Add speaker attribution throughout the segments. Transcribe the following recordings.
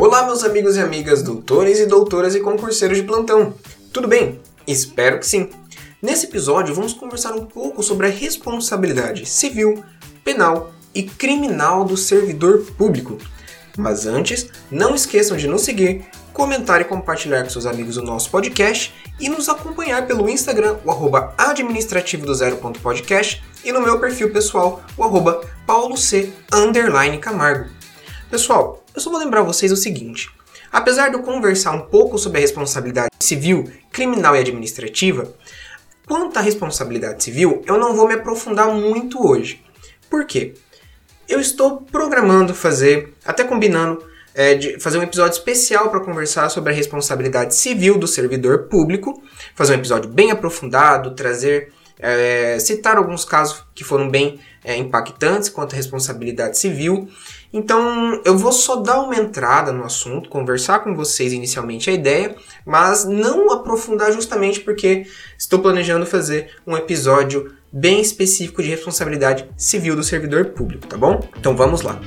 Speaker 1: Olá, meus amigos e amigas, doutores e doutoras e concurseiros de plantão. Tudo bem? Espero que sim. Nesse episódio, vamos conversar um pouco sobre a responsabilidade civil, penal e criminal do servidor público. Mas antes, não esqueçam de nos seguir, comentar e compartilhar com seus amigos o nosso podcast e nos acompanhar pelo Instagram, o @administrativodozero.podcast e no meu perfil pessoal, o @pauloc_camargo. Pessoal, eu só vou lembrar vocês o seguinte: apesar de eu conversar um pouco sobre a responsabilidade civil, criminal e administrativa, quanto à responsabilidade civil, eu não vou me aprofundar muito hoje. Por quê? Eu estou programando combinando de fazer um episódio especial para conversar sobre a responsabilidade civil do servidor público, fazer um episódio bem aprofundado, citar alguns casos que foram bem impactantes quanto à responsabilidade civil. Então, eu vou só dar uma entrada no assunto, conversar com vocês inicialmente a ideia, mas não aprofundar justamente porque estou planejando fazer um episódio bem específico de responsabilidade civil do servidor público, tá bom? Então vamos lá.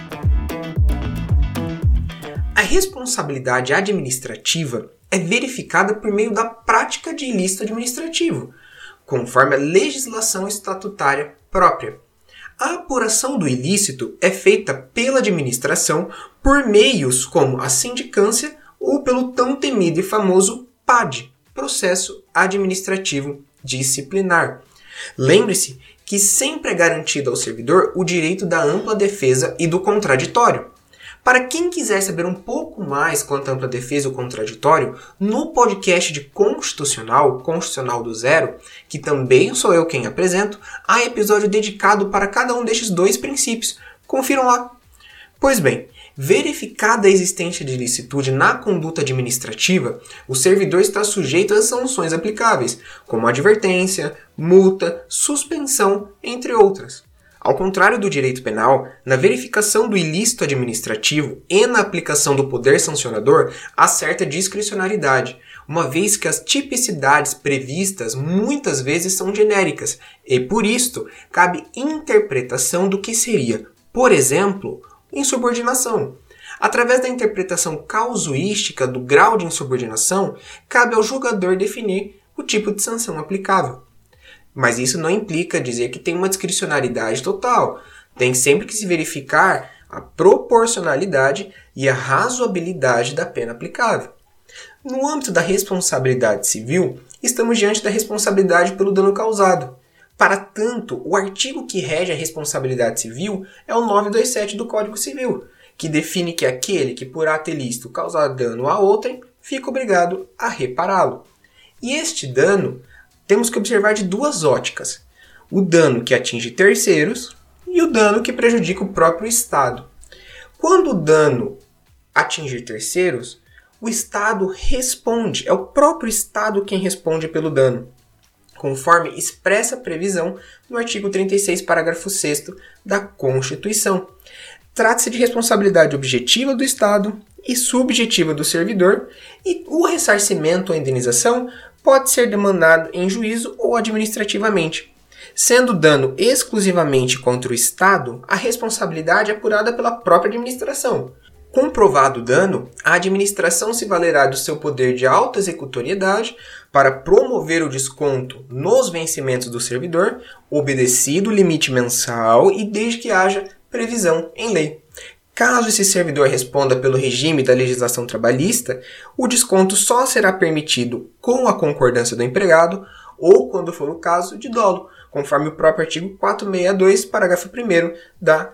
Speaker 1: A responsabilidade administrativa é verificada por meio da prática de ilícito administrativo, conforme a legislação estatutária própria. A apuração do ilícito é feita pela administração por meios como a sindicância ou pelo tão temido e famoso PAD, Processo Administrativo Disciplinar. Lembre-se que sempre é garantido ao servidor o direito da ampla defesa e do contraditório. Para quem quiser saber um pouco mais quanto à ampla defesa e o contraditório, no podcast de Constitucional do Zero, que também sou eu quem apresento, há episódio dedicado para cada um destes dois princípios. Confiram lá. Pois bem, verificada a existência de ilicitude na conduta administrativa, o servidor está sujeito às sanções aplicáveis, como advertência, multa, suspensão, entre outras. Ao contrário do direito penal, na verificação do ilícito administrativo e na aplicação do poder sancionador, há certa discricionariedade, uma vez que as tipicidades previstas muitas vezes são genéricas e, por isto, cabe interpretação do que seria, por exemplo, insubordinação. Através da interpretação causuística do grau de insubordinação, cabe ao julgador definir o tipo de sanção aplicável. Mas isso não implica dizer que tem uma discricionariedade total. Tem sempre que se verificar a proporcionalidade e a razoabilidade da pena aplicável. No âmbito da responsabilidade civil, estamos diante da responsabilidade pelo dano causado. Para tanto, o artigo que rege a responsabilidade civil é o 927 do Código Civil, que define que aquele que por ato ilícito causar dano a outrem fica obrigado a repará-lo. E este dano temos que observar de duas óticas: o dano que atinge terceiros e o dano que prejudica o próprio Estado. Quando o dano atingir terceiros, o Estado responde, é o próprio Estado quem responde pelo dano, conforme expressa a previsão no artigo 36, parágrafo 6º da Constituição. Trata-se de responsabilidade objetiva do Estado e subjetiva do servidor, e o ressarcimento ou indenização pode ser demandado em juízo ou administrativamente. Sendo dano exclusivamente contra o Estado, a responsabilidade é apurada pela própria administração. Comprovado o dano, a administração se valerá do seu poder de autoexecutoriedade para promover o desconto nos vencimentos do servidor, obedecido o limite mensal e desde que haja previsão em lei. Caso esse servidor responda pelo regime da legislação trabalhista, o desconto só será permitido com a concordância do empregado ou, quando for o caso, de dolo, conforme o próprio artigo 462, parágrafo 1º da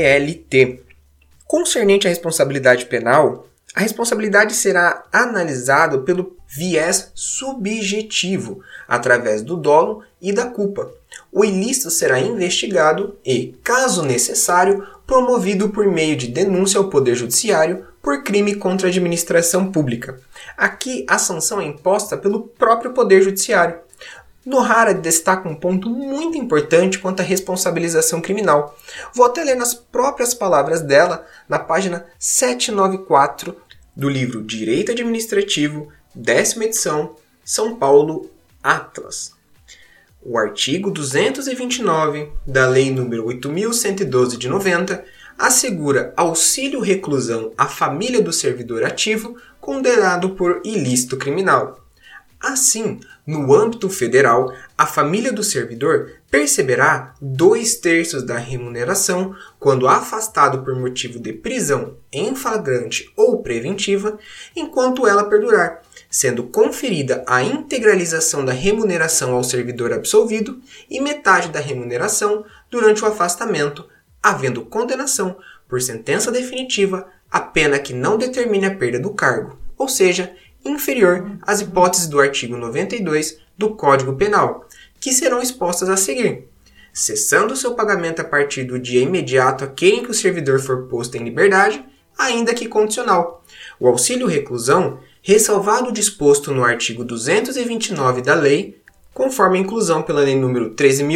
Speaker 1: CLT. Concernente à responsabilidade penal, a responsabilidade será analisada pelo viés subjetivo, através do dolo e da culpa. O ilícito será investigado e, caso necessário, promovido por meio de denúncia ao Poder Judiciário por crime contra a administração pública. Aqui, a sanção é imposta pelo próprio Poder Judiciário. Nohara destaca um ponto muito importante quanto à responsabilização criminal. Vou até ler nas próprias palavras dela, na página 794 do livro Direito Administrativo, 10ª edição, São Paulo, Atlas. O artigo 229 da Lei nº 8.112 de 90 assegura auxílio reclusão à família do servidor ativo condenado por ilícito criminal. Assim, no âmbito federal, a família do servidor perceberá 2/3 da remuneração quando afastado por motivo de prisão em flagrante ou preventiva, enquanto ela perdurar, sendo conferida a integralização da remuneração ao servidor absolvido e metade da remuneração durante o afastamento, havendo condenação por sentença definitiva a pena que não determine a perda do cargo, ou seja, inferior às hipóteses do artigo 92 do Código Penal, que serão expostas a seguir. Cessando seu pagamento a partir do dia imediato aquele em que o servidor for posto em liberdade, ainda que condicional. O auxílio reclusão, ressalvado o disposto no artigo 229 da lei, conforme a inclusão pela Lei nº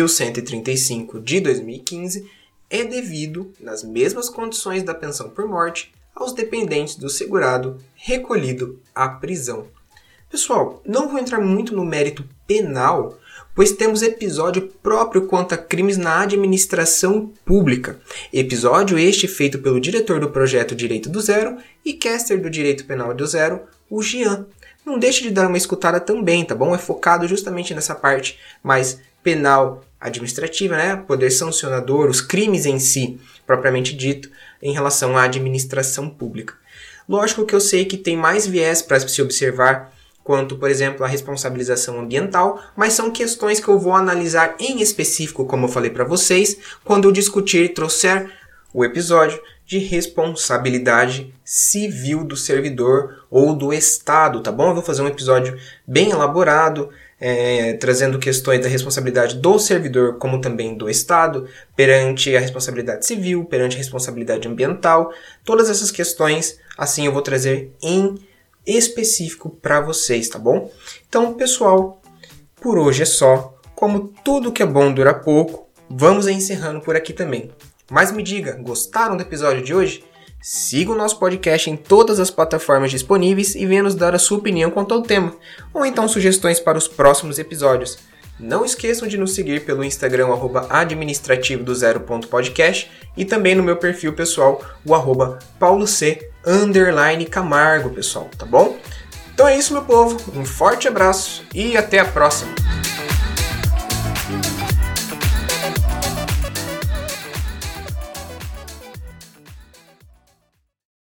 Speaker 1: 13.135 de 2015, é devido, nas mesmas condições da pensão por morte, aos dependentes do segurado recolhido à prisão. Pessoal, não vou entrar muito no mérito penal, pois temos episódio próprio quanto a crimes na administração pública. Episódio este feito pelo diretor do projeto Direito do Zero e caster do Direito Penal do Zero, o Jean. Não deixe de dar uma escutada também, tá bom? É focado justamente nessa parte mais penal, administrativa, né? Poder sancionador, os crimes em si, propriamente dito, em relação à administração pública. Lógico que eu sei que tem mais viés para se observar quanto, por exemplo, a responsabilização ambiental, mas são questões que eu vou analisar em específico, como eu falei para vocês, quando eu discutir e trouxer o episódio de responsabilidade civil do servidor ou do Estado, tá bom? Eu vou fazer um episódio bem elaborado, trazendo questões da responsabilidade do servidor, como também do Estado, perante a responsabilidade civil, perante a responsabilidade ambiental. Todas essas questões, assim, eu vou trazer em específico para vocês, tá bom? Então, pessoal, por hoje é só. Como tudo que é bom dura pouco, vamos encerrando por aqui também. Mas me diga, gostaram do episódio de hoje? Siga o nosso podcast em todas as plataformas disponíveis e venha nos dar a sua opinião quanto ao tema, ou então sugestões para os próximos episódios. Não esqueçam de nos seguir pelo Instagram, @administrativodozero.podcast e também no meu perfil pessoal, o @pauloc_camargo, pessoal, tá bom? Então é isso, meu povo, um forte abraço e até a próxima!